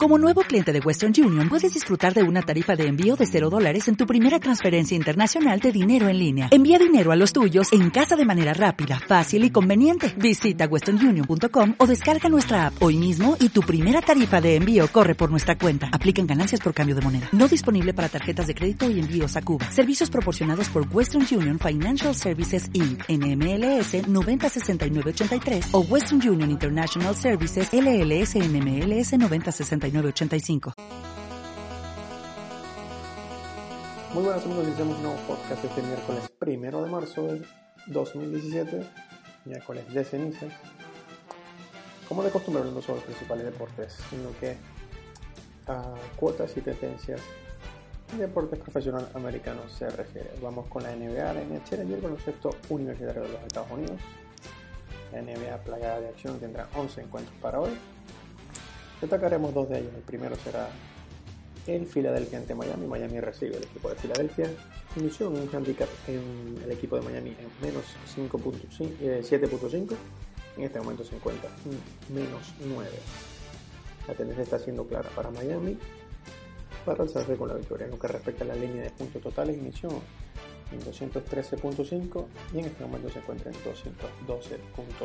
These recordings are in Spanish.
Como nuevo cliente de Western Union, puedes disfrutar de una tarifa de envío de $0 en tu primera transferencia internacional de dinero en línea. Envía dinero a los tuyos en casa de manera rápida, fácil y conveniente. Visita westernunion.com o descarga nuestra app hoy mismo y tu primera tarifa de envío corre por nuestra cuenta. Aplican ganancias por cambio de moneda. No disponible para tarjetas de crédito y envíos a Cuba. Servicios proporcionados por Western Union Financial Services Inc. NMLS 906983 o Western Union International Services LLS NMLS 906985. Muy buenas amigos, iniciamos un nuevo podcast este miércoles 1 de marzo del 2017, miércoles de cenizas. Como de costumbre, hablando sobre los principales deportes, en lo que a cuotas y tendencias y deportes profesional americanos se refiere. Vamos con la NBA, la NHL y el baloncesto universitario de los Estados Unidos. La NBA plagada de acción tendrá 11 encuentros para hoy. Destacaremos dos de ellos. El primero será el Philadelphia ante Miami. Miami recibe el equipo de Filadelfia. Inició un handicap en el equipo de Miami en menos 7.5. En este momento se encuentra en menos 9. La tendencia está siendo clara para Miami para alzarse con la victoria. En lo que respecta a la línea de puntos totales, inició en 213.5 y en este momento se encuentra en 212.5.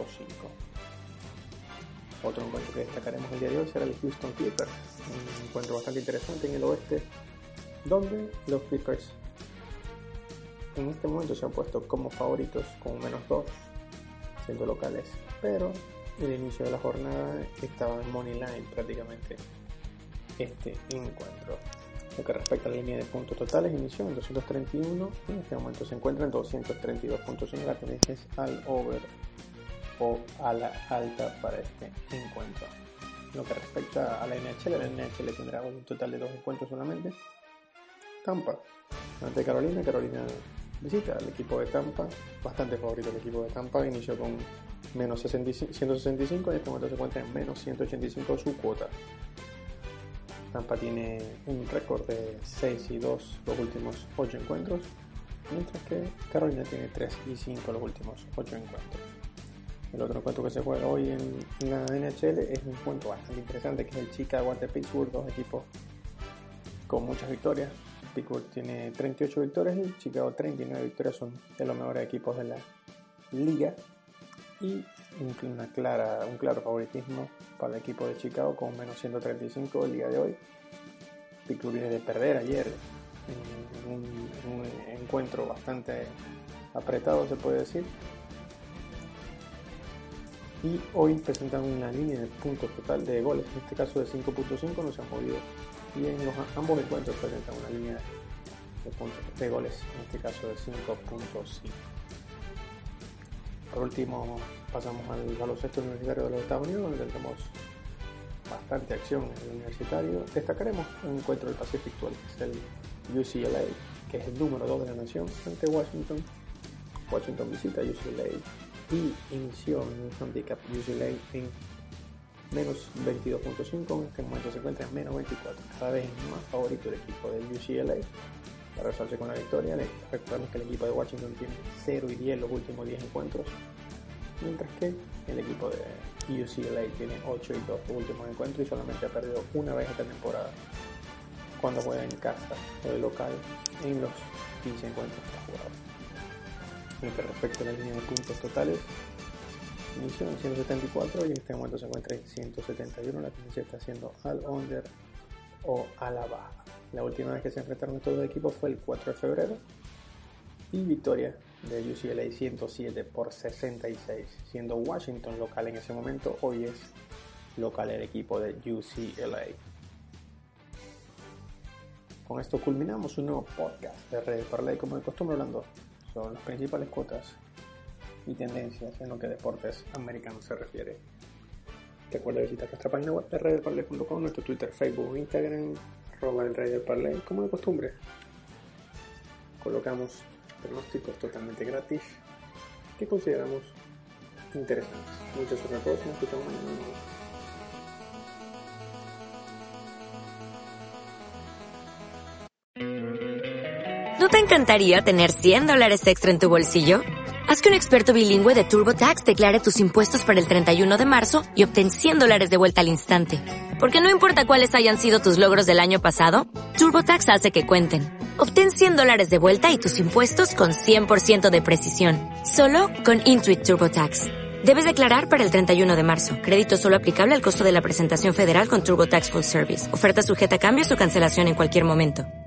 Otro encuentro que destacaremos el día de hoy será el Houston Clippers, un encuentro bastante interesante en el oeste, donde los Clippers en este momento se han puesto como favoritos con menos 2, siendo locales, pero el inicio de la jornada estaba en money line prácticamente este encuentro. Lo que respecta a la línea de puntos totales, inició en 231 y en este momento se encuentra en 232.5. La tendencia es al over o a la alta para este encuentro. Lo que respecta a la NHL tendrá un total de 2 encuentros solamente. Tampa ante Carolina visita al equipo de Tampa, bastante favorito el equipo de Tampa. Inició con menos 165 y en este momento se encuentra en menos 185 su cuota. Tampa tiene un récord de 6-2 los últimos 8 encuentros, mientras que Carolina tiene 3-5 los últimos 8 encuentros. El otro encuentro que se juega hoy en la NHL es un encuentro bastante interesante, que es el Chicago ante Pittsburgh, dos equipos con muchas victorias. Pittsburgh tiene 38 victorias y Chicago 39 victorias, son de los mejores equipos de la liga y un claro favoritismo para el equipo de Chicago con menos 135 el día de hoy. Pittsburgh viene de perder ayer en un encuentro bastante apretado, se puede decir. Y hoy presentan una línea de puntos total de goles, en este caso de 5.5, no se han movido. Y en ambos encuentros presentan una línea de puntos de goles, en este caso de 5.5. Por último, pasamos al baloncesto universitario de los Estados Unidos, donde tenemos bastante acción en el universitario. Destacaremos un encuentro del Pacific 12, que es el UCLA, que es el número 2 de la nación, ante Washington. Washington visita UCLA y inició en un handicap UCLA en menos 22.5, en este momento se encuentra en menos 24. Cada vez es más favorito el equipo del UCLA para alzarse con la victoria. Recordemos que el equipo de Washington tiene 0-10 los últimos 10 encuentros, mientras que el equipo de UCLA tiene 8-2 los últimos encuentros y solamente ha perdido una vez esta temporada cuando juega en casa o de local en los 15 encuentros que ha jugado. En lo que respecta a la línea de puntos totales, inició en 174 y en este momento se encuentra en 171. La tendencia está siendo al under o a la baja. La última vez que se enfrentaron estos dos equipos fue el 4 de febrero y victoria de UCLA 107-66, siendo Washington local en ese momento. Hoy es local el equipo de UCLA. Con esto culminamos un nuevo podcast de Red Parlay, como de costumbre, hablando sobre las principales cuotas y tendencias en lo que deportes americanos se refiere. Recuerda visitar nuestra página web de RaiderParlay.com, nuestro Twitter, Facebook, Instagram, @el como de costumbre. Colocamos pronósticos totalmente gratis que consideramos interesantes. Muchas gracias a todos, nos escuchamos mañana. ¿No te encantaría tener $100 extra en tu bolsillo? Haz que un experto bilingüe de TurboTax declare tus impuestos para el 31 de marzo y obtén $100 de vuelta al instante. Porque no importa cuáles hayan sido tus logros del año pasado, TurboTax hace que cuenten. Obtén $100 de vuelta y tus impuestos con 100% de precisión. Solo con Intuit TurboTax. Debes declarar para el 31 de marzo. Crédito solo aplicable al costo de la presentación federal con TurboTax Full Service. Oferta sujeta a cambios o cancelación en cualquier momento.